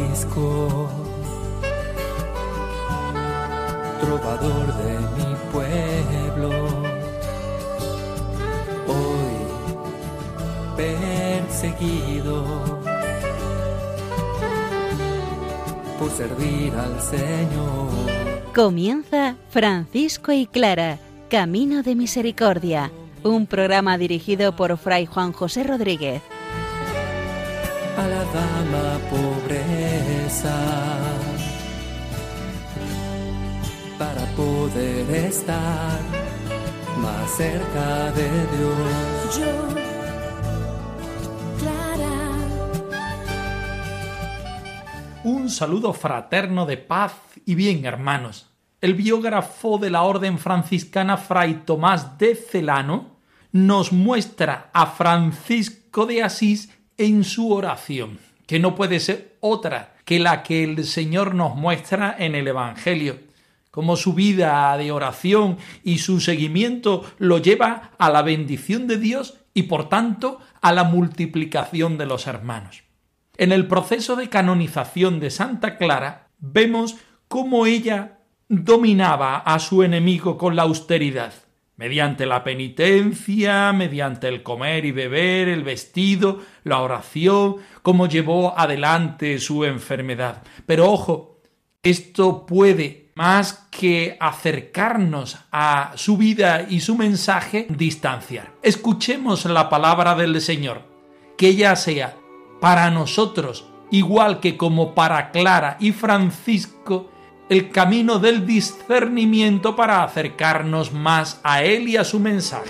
Francisco, trovador de mi pueblo, hoy perseguido por servir al Señor. Comienza Francisco y Clara, Camino de Misericordia, un programa dirigido por Fray Juan José Rodríguez. A la dama pobreza, para poder estar más cerca de Dios. Yo, Clara. Un saludo fraterno de paz y bien, hermanos. El biógrafo de la orden franciscana Fray Tomás de Celano nos muestra a Francisco de Asís en su oración, que no puede ser otra que la que el Señor nos muestra en el Evangelio, como su vida de oración y su seguimiento lo lleva a la bendición de Dios y por tanto a la multiplicación de los hermanos. En el proceso de canonización de Santa Clara vemos cómo ella dominaba a su enemigo con la austeridad, mediante la penitencia, mediante el comer y beber, el vestido, la oración, cómo llevó adelante su enfermedad. Pero ojo, esto puede, más que acercarnos a su vida y su mensaje, distanciar. Escuchemos la palabra del Señor, que ella sea para nosotros, igual que como para Clara y Francisco, el camino del discernimiento para acercarnos más a Él y a su mensaje.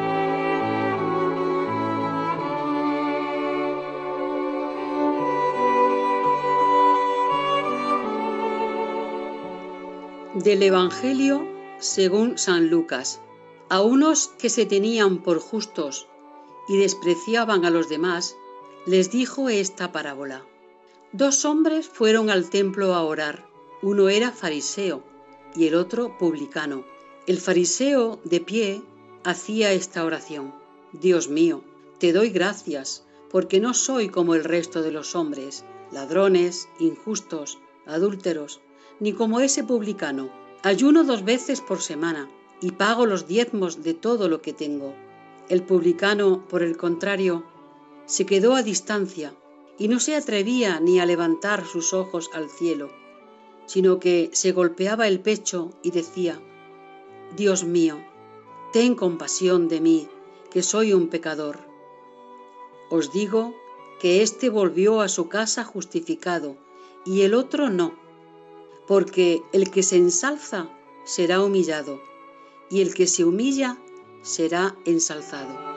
Del Evangelio según San Lucas. A unos que se tenían por justos y despreciaban a los demás, les dijo esta parábola. 2 hombres fueron al templo a orar. Uno era fariseo y el otro publicano. El fariseo, de pie, hacía esta oración. Dios mío, te doy gracias, porque no soy como el resto de los hombres, ladrones, injustos, adúlteros, ni como ese publicano. Ayuno 2 veces por semana y pago los diezmos de todo lo que tengo. El publicano, por el contrario, se quedó a distancia y no se atrevía ni a levantar sus ojos al cielo, sino que se golpeaba el pecho y decía: Dios mío, ten compasión de mí, que soy un pecador. Os digo que éste volvió a su casa justificado y el otro no, porque el que se ensalza será humillado y el que se humilla será ensalzado.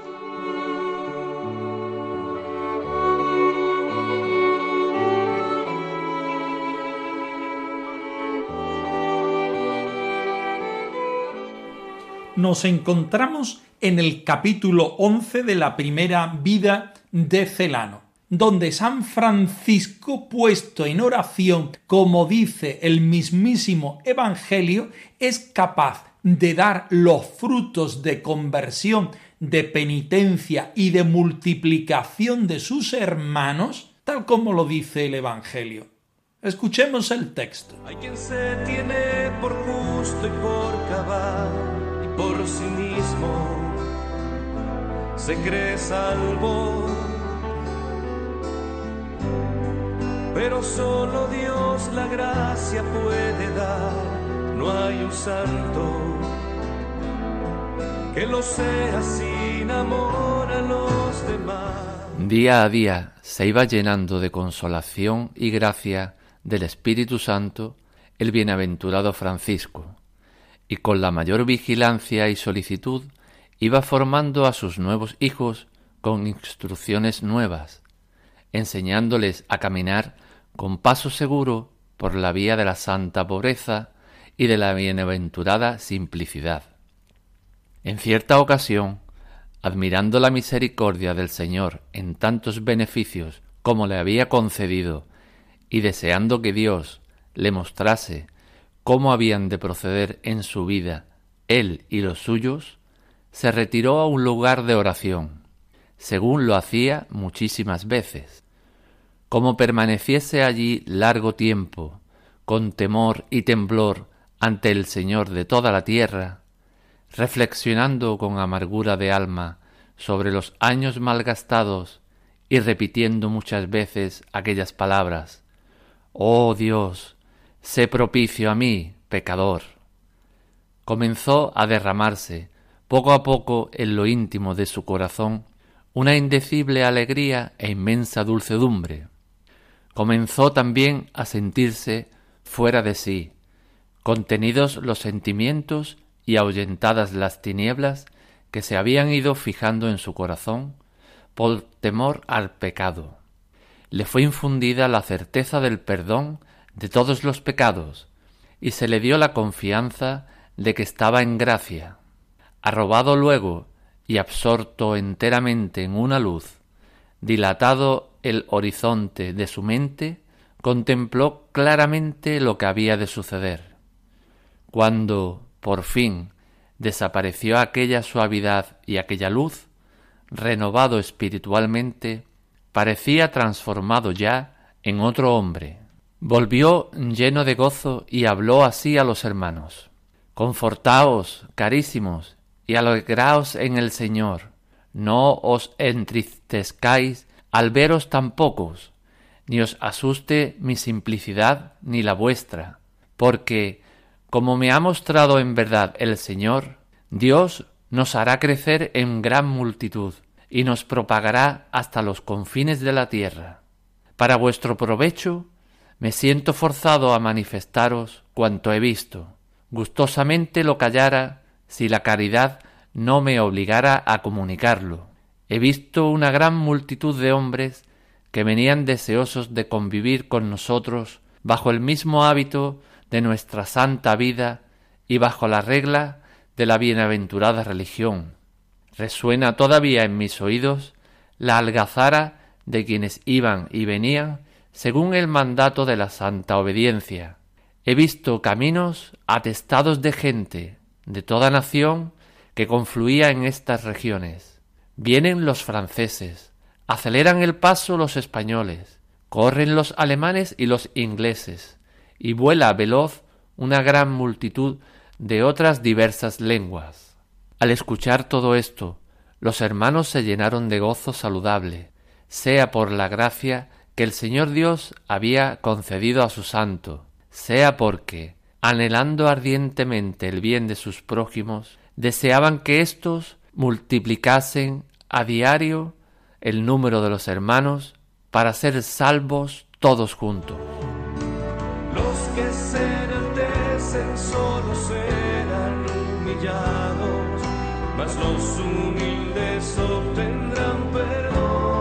Nos encontramos en el capítulo 11 de la primera vida de Celano, donde San Francisco, puesto en oración, como dice el mismísimo Evangelio, es capaz de dar los frutos de conversión, de penitencia y de multiplicación de sus hermanos, tal como lo dice el Evangelio. Escuchemos el texto. Hay quien se tiene por justo y por cabal, por sí mismo se cree salvo, pero solo Dios la gracia puede dar. No hay un santo que lo sea sin amor a los demás. Día a día se iba llenando de consolación y gracia del Espíritu Santo el bienaventurado Francisco, y con la mayor vigilancia y solicitud iba formando a sus nuevos hijos con instrucciones nuevas, enseñándoles a caminar con paso seguro por la vía de la santa pobreza y de la bienaventurada simplicidad. En cierta ocasión, admirando la misericordia del Señor en tantos beneficios como le había concedido y deseando que Dios le mostrase cómo habían de proceder en su vida él y los suyos, se retiró a un lugar de oración, según lo hacía muchísimas veces. como permaneciese allí largo tiempo, con temor y temblor ante el Señor de toda la tierra, reflexionando con amargura de alma sobre los años malgastados y repitiendo muchas veces aquellas palabras: «Oh Dios, sé propicio a mí, pecador». Comenzó a derramarse, poco a poco, en lo íntimo de su corazón, una indecible alegría e inmensa dulcedumbre. Comenzó también a sentirse fuera de sí, contenidos los sentimientos y ahuyentadas las tinieblas que se habían ido fijando en su corazón por temor al pecado. Le fue infundida la certeza del perdón de todos los pecados y se le dio la confianza de que estaba en gracia. Arrobado luego y absorto enteramente en una luz, dilatado el horizonte de su mente, contempló claramente lo que había de suceder. Cuando, por fin, desapareció aquella suavidad y aquella luz, renovado espiritualmente, parecía transformado ya en otro hombre. Volvió lleno de gozo y habló así a los hermanos: «Confortaos, carísimos, y alegraos en el Señor. No os entristezcáis al veros tan pocos, ni os asuste mi simplicidad ni la vuestra, porque, como me ha mostrado en verdad el Señor, Dios nos hará crecer en gran multitud y nos propagará hasta los confines de la tierra. Para vuestro provecho me siento forzado a manifestaros cuanto he visto. Gustosamente lo callara si la caridad no me obligara a comunicarlo. He visto una gran multitud de hombres que venían deseosos de convivir con nosotros bajo el mismo hábito de nuestra santa vida y bajo la regla de la bienaventurada religión. Resuena todavía en mis oídos la algazara de quienes iban y venían según el mandato de la santa obediencia. He visto caminos atestados de gente de toda nación que confluía en estas regiones. Vienen los franceses, aceleran el paso los españoles, corren los alemanes y los ingleses, y vuela veloz una gran multitud de otras diversas lenguas. Al escuchar todo esto, los hermanos se llenaron de gozo saludable, sea por la gracia que el Señor Dios había concedido a su santo, sea porque, anhelando ardientemente el bien de sus prójimos, deseaban que éstos multiplicasen a diario el número de los hermanos para ser salvos todos juntos. Los que se enaltecen solo serán humillados, mas los humildes obtendrán perdón.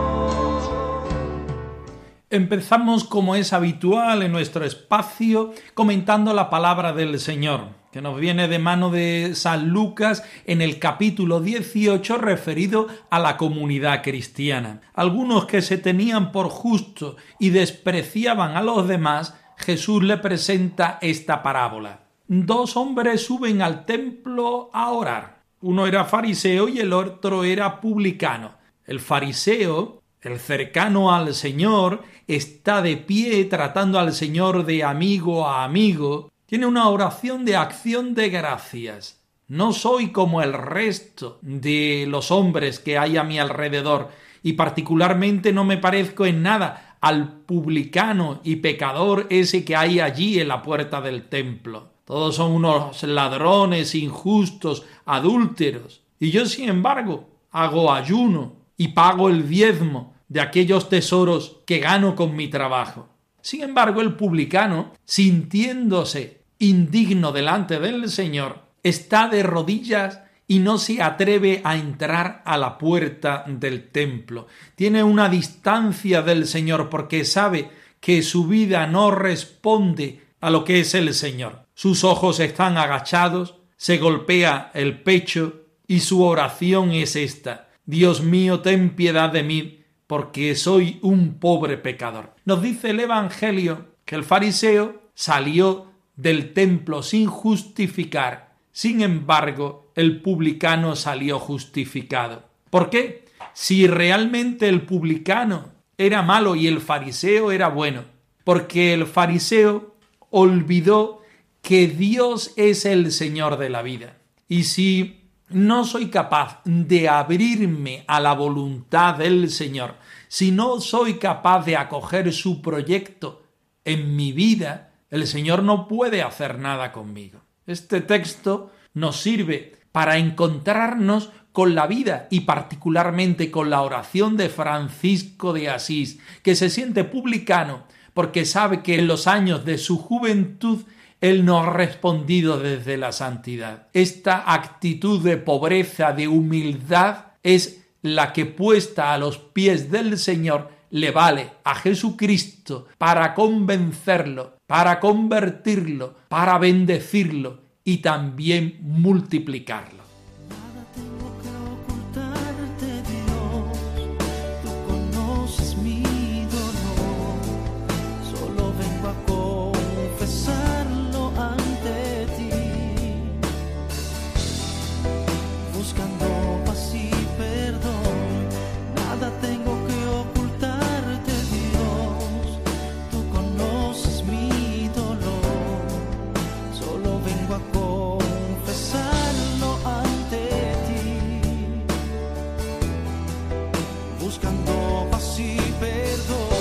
Empezamos, como es habitual en nuestro espacio, comentando la palabra del Señor, que nos viene de mano de San Lucas en el capítulo 18 referido a la comunidad cristiana. Algunos que se tenían por justos y despreciaban a los demás, Jesús le presenta esta parábola. 2 hombres suben al templo a orar. Uno era fariseo y el otro era publicano. El fariseo, el cercano al Señor, está de pie tratando al Señor de amigo a amigo. Tiene una oración de acción de gracias. No soy como el resto de los hombres que hay a mi alrededor, y particularmente no me parezco en nada al publicano y pecador ese que hay allí en la puerta del templo. Todos son unos ladrones, injustos, adúlteros. Y yo, sin embargo, hago ayuno y pago el diezmo de aquellos tesoros que gano con mi trabajo. Sin embargo, el publicano, sintiéndose indigno delante del Señor, está de rodillas y no se atreve a entrar a la puerta del templo. Tiene una distancia del Señor porque sabe que su vida no responde a lo que es el Señor. Sus ojos están agachados, se golpea el pecho y su oración es esta: Dios mío, ten piedad de mí, porque soy un pobre pecador. Nos dice el Evangelio que el fariseo salió del templo sin justificar. Sin embargo, el publicano salió justificado. ¿Por qué? Si realmente el publicano era malo y el fariseo era bueno, porque el fariseo olvidó que Dios es el Señor de la vida. Y si no soy capaz de abrirme a la voluntad del Señor, si no soy capaz de acoger su proyecto en mi vida, el Señor no puede hacer nada conmigo. Este texto nos sirve para encontrarnos con la vida y particularmente con la oración de Francisco de Asís, que se siente publicano porque sabe que en los años de su juventud él no ha respondido desde la santidad. Esta actitud de pobreza, de humildad, es la que puesta a los pies del Señor le vale a Jesucristo para convencerlo, para convertirlo, para bendecirlo y también multiplicarlo. Nada tengo que ocultarte, Dios, tú conoces mi dolor, solo vengo a confesarlo ante ti, buscando paz y perdón. Nada tengo que ocultarte, Dios, tú conoces mi dolor, solo vengo a confesarlo ante ti, buscando paz y perdón.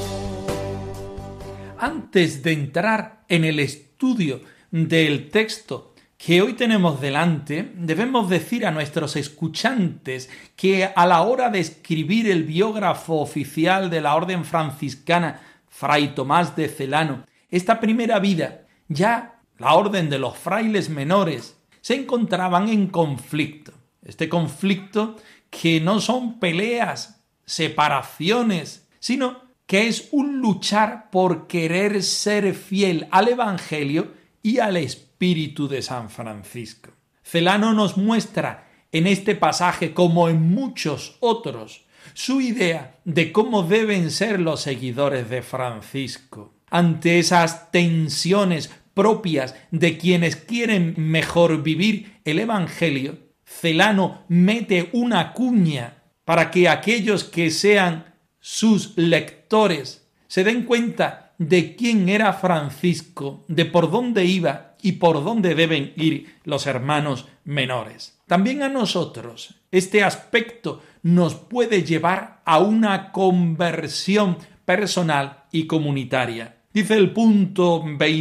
Antes de entrar en el estudio del texto que hoy tenemos delante, debemos decir a nuestros escuchantes que a la hora de escribir el biógrafo oficial de la Orden Franciscana, Fray Tomás de Celano, esta primera vida, ya la Orden de los Frailes Menores, se encontraban en conflicto. Este conflicto que no son peleas, separaciones, sino que es un luchar por querer ser fiel al Evangelio y al Espíritu de San Francisco. Celano nos muestra en este pasaje, como en muchos otros, su idea de cómo deben ser los seguidores de Francisco. Ante esas tensiones propias de quienes quieren mejor vivir el Evangelio, Celano mete una cuña para que aquellos que sean sus lectores se den cuenta de quién era Francisco, de por dónde iba y por dónde deben ir los hermanos menores. También a nosotros este aspecto nos puede llevar a una conversión personal y comunitaria. Dice el punto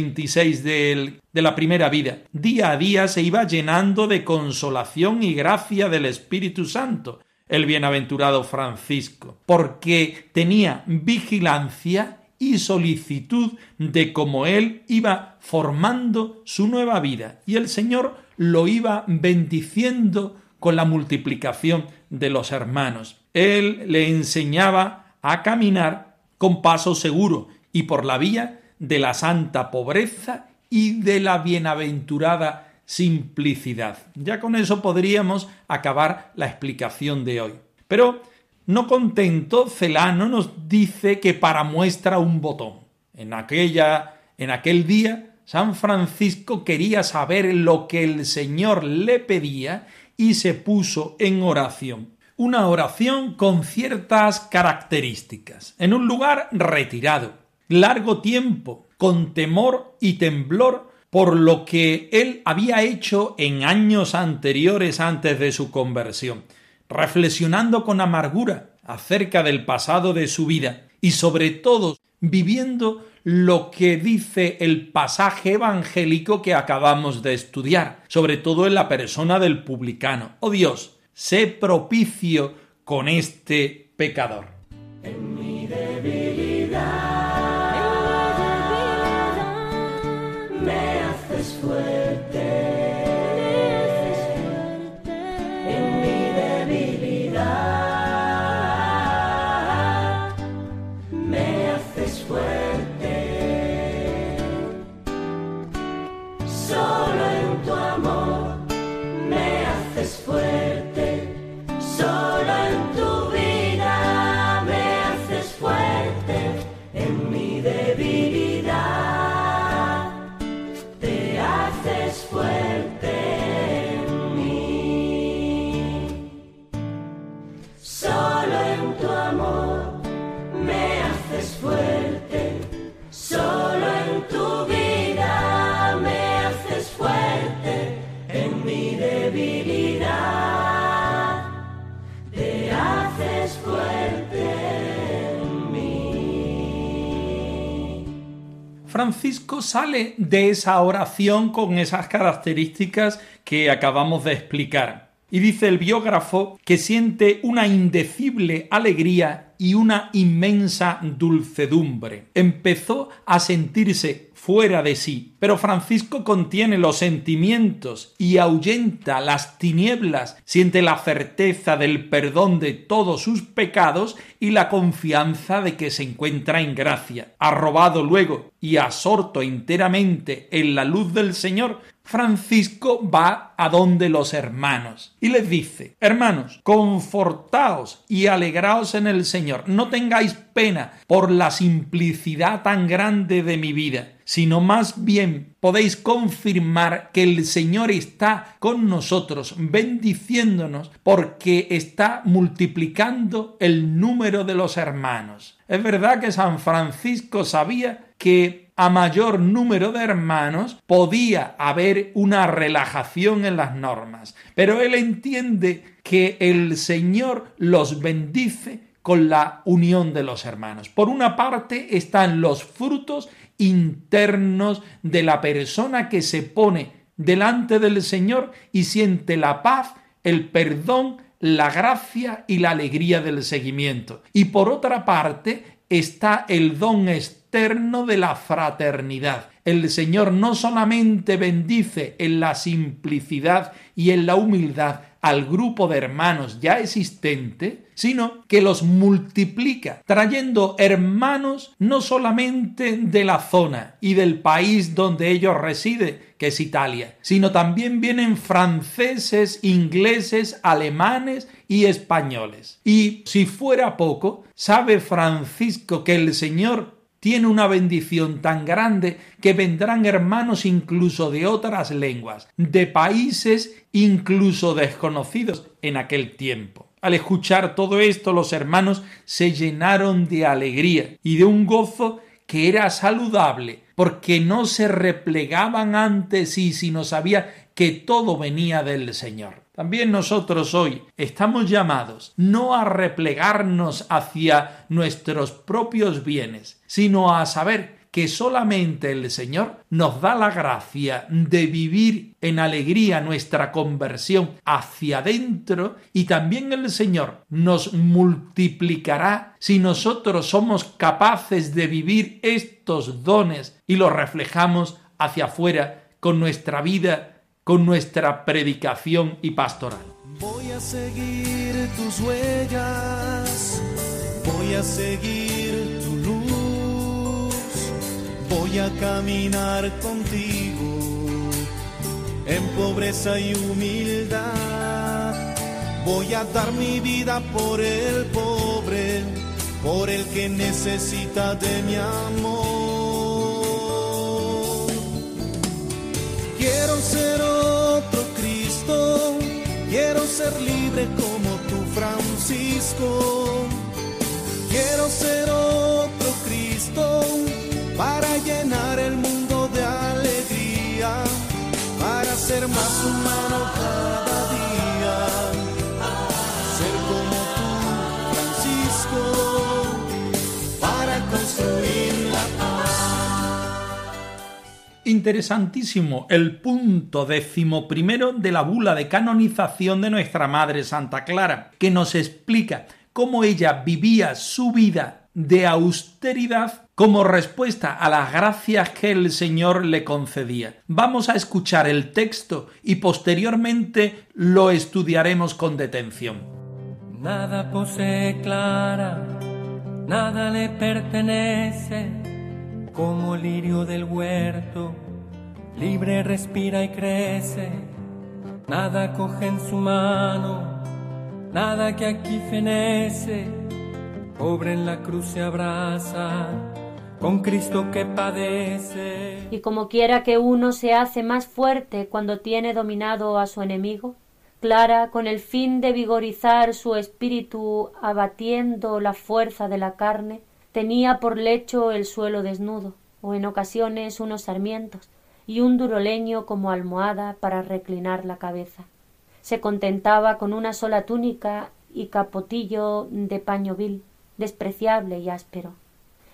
26 de la primera vida: día a día se iba llenando de consolación y gracia del Espíritu Santo el bienaventurado Francisco, porque tenía vigilancia y solicitud de cómo él iba formando su nueva vida, y el Señor lo iba bendiciendo con la multiplicación de los hermanos. Él le enseñaba a caminar con paso seguro y por la vía de la santa pobreza y de la bienaventurada simplicidad. Ya con eso podríamos acabar la explicación de hoy. Pero no contento, Celano nos dice que para muestra un botón. En aquel día, San Francisco quería saber lo que el Señor le pedía y se puso en oración. Una oración con ciertas características, en un lugar retirado, largo tiempo, con temor y temblor por lo que él había hecho en años anteriores antes de su conversión, reflexionando con amargura acerca del pasado de su vida y sobre todo viviendo lo que dice el pasaje evangélico que acabamos de estudiar, sobre todo en la persona del publicano. Oh Dios, sé propicio con este pecador. En mi debilidad me haces fuerte. En mi debilidad me haces fuerte. Solo en tu amor me haces fuerte. Solo en tu vida me haces fuerte. Francisco sale de esa oración con esas características que acabamos de explicar. Y dice el biógrafo que siente una indecible alegría y una inmensa dulcedumbre. Empezó a sentirse fuera de sí, pero Francisco contiene los sentimientos y ahuyenta las tinieblas, siente la certeza del perdón de todos sus pecados y la confianza de que se encuentra en gracia. Arrobado luego y absorto enteramente en la luz del Señor, Francisco va a donde los hermanos y les dice: hermanos, confortaos y alegraos en el Señor, no tengáis pena por la simplicidad tan grande de mi vida, sino más bien podéis confirmar que el Señor está con nosotros, bendiciéndonos, porque está multiplicando el número de los hermanos. Es verdad que San Francisco sabía que a mayor número de hermanos podía haber una relajación en las normas, pero él entiende que el Señor los bendice con la unión de los hermanos. Por una parte están los frutos internos de la persona que se pone delante del Señor y siente la paz, el perdón, la gracia y la alegría del seguimiento. Y por otra parte está el don externo de la fraternidad. El Señor no solamente bendice en la simplicidad y en la humildad al grupo de hermanos ya existente, sino que los multiplica, trayendo hermanos no solamente de la zona y del país donde ellos residen, que es Italia, sino también vienen franceses, ingleses, alemanes y españoles. Y si fuera poco, sabe Francisco que el Señor tiene una bendición tan grande que vendrán hermanos incluso de otras lenguas, de países incluso desconocidos en aquel tiempo. Al escuchar todo esto, los hermanos se llenaron de alegría y de un gozo que era saludable, porque no se replegaban ante sí, sino sabía que todo venía del Señor. También nosotros hoy estamos llamados no a replegarnos hacia nuestros propios bienes, sino a saber que solamente el Señor nos da la gracia de vivir en alegría nuestra conversión hacia adentro, y también el Señor nos multiplicará si nosotros somos capaces de vivir estos dones y los reflejamos hacia afuera con nuestra vida, con nuestra predicación y pastoral. Voy a seguir tus huellas, voy a seguir tu luz, voy a caminar contigo en pobreza y humildad. Voy a dar mi vida por el pobre, por el que necesita de mi amor. Quiero ser otro Cristo, quiero ser libre como tú, Francisco. Quiero ser otro Cristo para llenar el mundo de alegría, para ser más humano cada día, ser como tú, Francisco, para construir la paz. Interesantísimo el punto 11º de la bula de canonización de nuestra Madre Santa Clara, que nos explica cómo ella vivía su vida de austeridad como respuesta a las gracias que el Señor le concedía. Vamos a escuchar el texto y posteriormente lo estudiaremos con detención. Nada posee Clara, nada le pertenece, como lirio del huerto, libre respira y crece. Nada coge en su mano, nada que aquí fenece, pobre en la cruz se abraza, con Cristo que padece. Y como quiera que uno se hace más fuerte cuando tiene dominado a su enemigo, Clara, con el fin de vigorizar su espíritu abatiendo la fuerza de la carne, tenía por lecho el suelo desnudo, o en ocasiones unos sarmientos, y un duro leño como almohada para reclinar la cabeza. Se contentaba con una sola túnica y capotillo de paño vil, despreciable y áspero.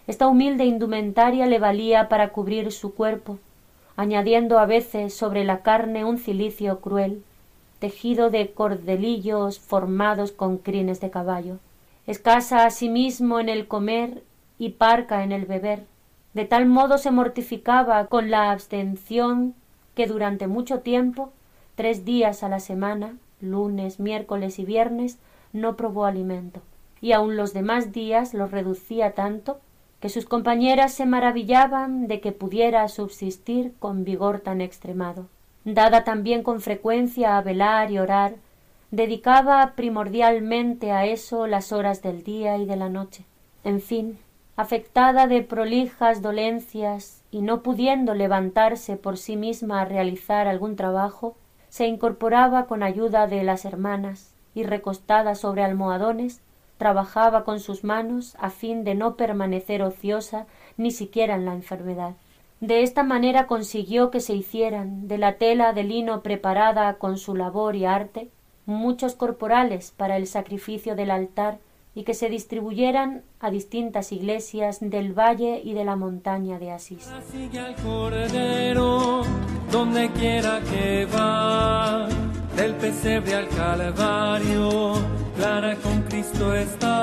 Esta humilde indumentaria le valía para cubrir su cuerpo, añadiendo a veces sobre la carne un cilicio cruel, tejido de cordelillos formados con crines de caballo. Escasa asimismo en el comer y parca en el beber. De tal modo se mortificaba con la abstención que durante mucho tiempo, 3 días a la semana, lunes, miércoles y viernes, no probó alimento, y aun los demás días los reducía tanto que sus compañeras se maravillaban de que pudiera subsistir con vigor tan extremado. Dada también con frecuencia a velar y orar, dedicaba primordialmente a eso las horas del día y de la noche. En fin, afectada de prolijas dolencias y no pudiendo levantarse por sí misma a realizar algún trabajo, se incorporaba con ayuda de las hermanas y, recostada sobre almohadones, trabajaba con sus manos a fin de no permanecer ociosa ni siquiera en la enfermedad. De esta manera consiguió que se hicieran, de la tela de lino preparada con su labor y arte, muchos corporales para el sacrificio del altar y que se distribuyeran a distintas iglesias del valle y de la montaña de Asís. Sigue al Cordero donde quiera que va, del pesebre al Calvario, Clara con Cristo está.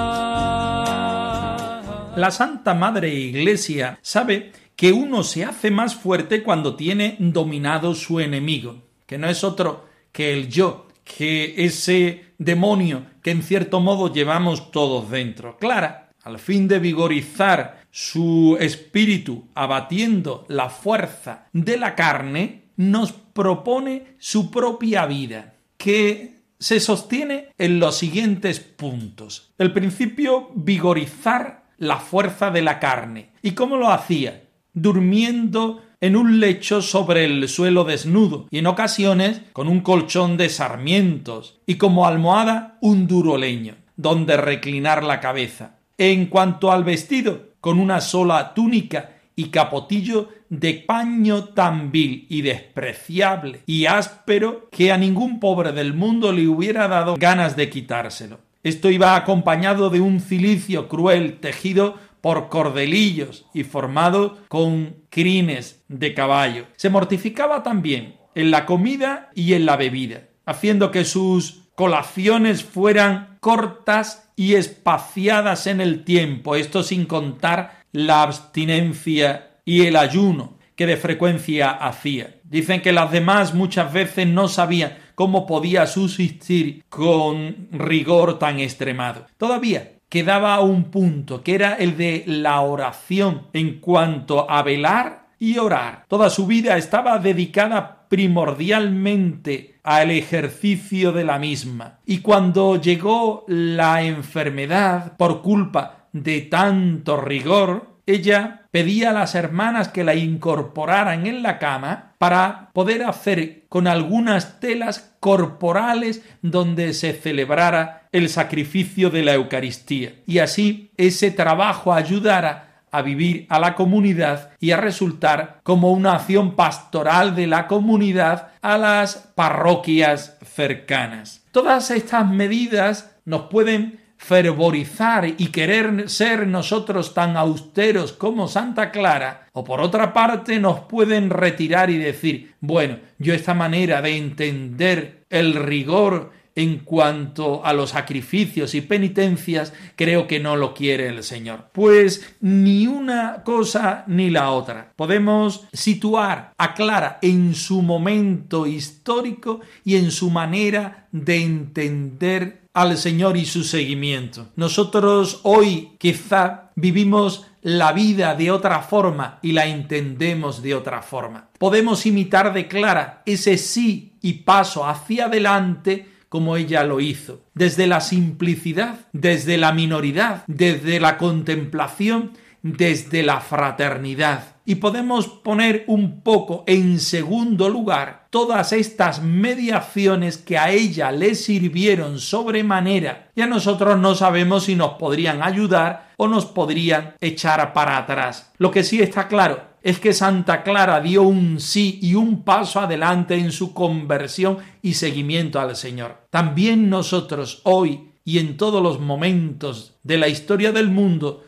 La Santa Madre Iglesia sabe que uno se hace más fuerte cuando tiene dominado su enemigo, que no es otro que el yo, que ese demonio que en cierto modo llevamos todos dentro. Clara, al fin de vigorizar su espíritu abatiendo la fuerza de la carne, nos propone su propia vida, que se sostiene en los siguientes puntos. El principio, vigorizar la fuerza de la carne. ¿Y cómo lo hacía? Durmiendo en un lecho sobre el suelo desnudo y en ocasiones con un colchón de sarmientos y como almohada un duro leño donde reclinar la cabeza. En cuanto al vestido, con una sola túnica y capotillo de paño tan vil y despreciable y áspero que a ningún pobre del mundo le hubiera dado ganas de quitárselo. Esto iba acompañado de un cilicio cruel tejido por cordelillos y formado con crines de caballo. Se mortificaba también en la comida y en la bebida, haciendo que sus colaciones fueran cortas y espaciadas en el tiempo, esto sin contar la abstinencia y el ayuno que de frecuencia hacía. Dicen que las demás muchas veces no sabían cómo podía subsistir con rigor tan extremado. Todavía quedaba un punto, que era el de la oración en cuanto a velar y orar. Toda su vida estaba dedicada primordialmente al ejercicio de la misma. Y cuando llegó la enfermedad por culpa de tanto rigor, ella pedía a las hermanas que la incorporaran en la cama para poder hacer con algunas telas corporales donde se celebrara el sacrificio de la Eucaristía. Y así ese trabajo ayudara a vivir a la comunidad y a resultar como una acción pastoral de la comunidad a las parroquias cercanas. Todas estas medidas nos pueden fervorizar y querer ser nosotros tan austeros como Santa Clara, o por otra parte nos pueden retirar y decir, bueno, yo esta manera de entender el rigor en cuanto a los sacrificios y penitencias creo que no lo quiere el Señor. Pues ni una cosa ni la otra. Podemos situar a Clara en su momento histórico y en su manera de entender al Señor y su seguimiento. Nosotros hoy quizá vivimos la vida de otra forma y la entendemos de otra forma. Podemos imitar de Clara ese sí y paso hacia adelante como ella lo hizo, desde la simplicidad, desde la minoridad, desde la contemplación, desde la fraternidad. Y podemos poner un poco en segundo lugar todas estas mediaciones que a ella le sirvieron sobremanera y a nosotros no sabemos si nos podrían ayudar o nos podrían echar para atrás. Lo que sí está claro es que Santa Clara dio un sí y un paso adelante en su conversión y seguimiento al Señor. También nosotros hoy y en todos los momentos de la historia del mundo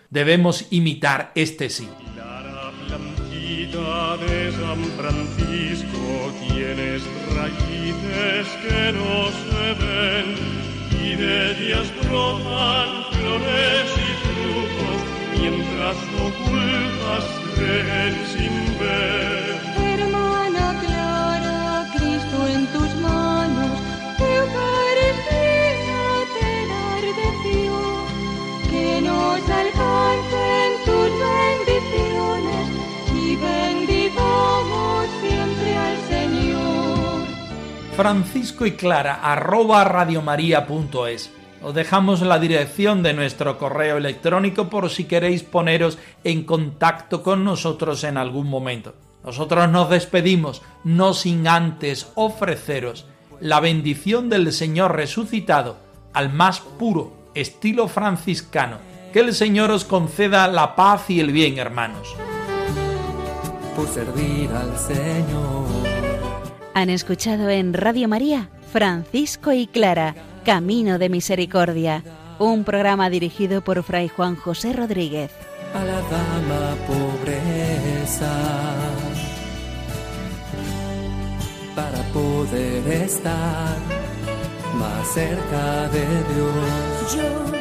debemos imitar este sí. Clara plantita de San Francisco, tienes raíces que no se ven, y de ellas brotan flores y frutos, mientras ocultas creen sin ver. Hermana Clara, Cristo en tus manos, Eucaristía te da redención, que nos alcancen tus bendiciones y bendigamos siempre al Señor. Francisco y Clara @radiomaria.es. Os dejamos la dirección de nuestro correo electrónico por si queréis poneros en contacto con nosotros en algún momento. Nosotros nos despedimos, no sin antes ofreceros la bendición del Señor resucitado al más puro estilo franciscano. Que el Señor os conceda la paz y el bien, hermanos. Por servir al Señor. Han escuchado en Radio María Francisco y Clara, Camino de Misericordia, un programa dirigido por Fray Juan José Rodríguez. A la dama pobreza, para poder estar más cerca de Dios.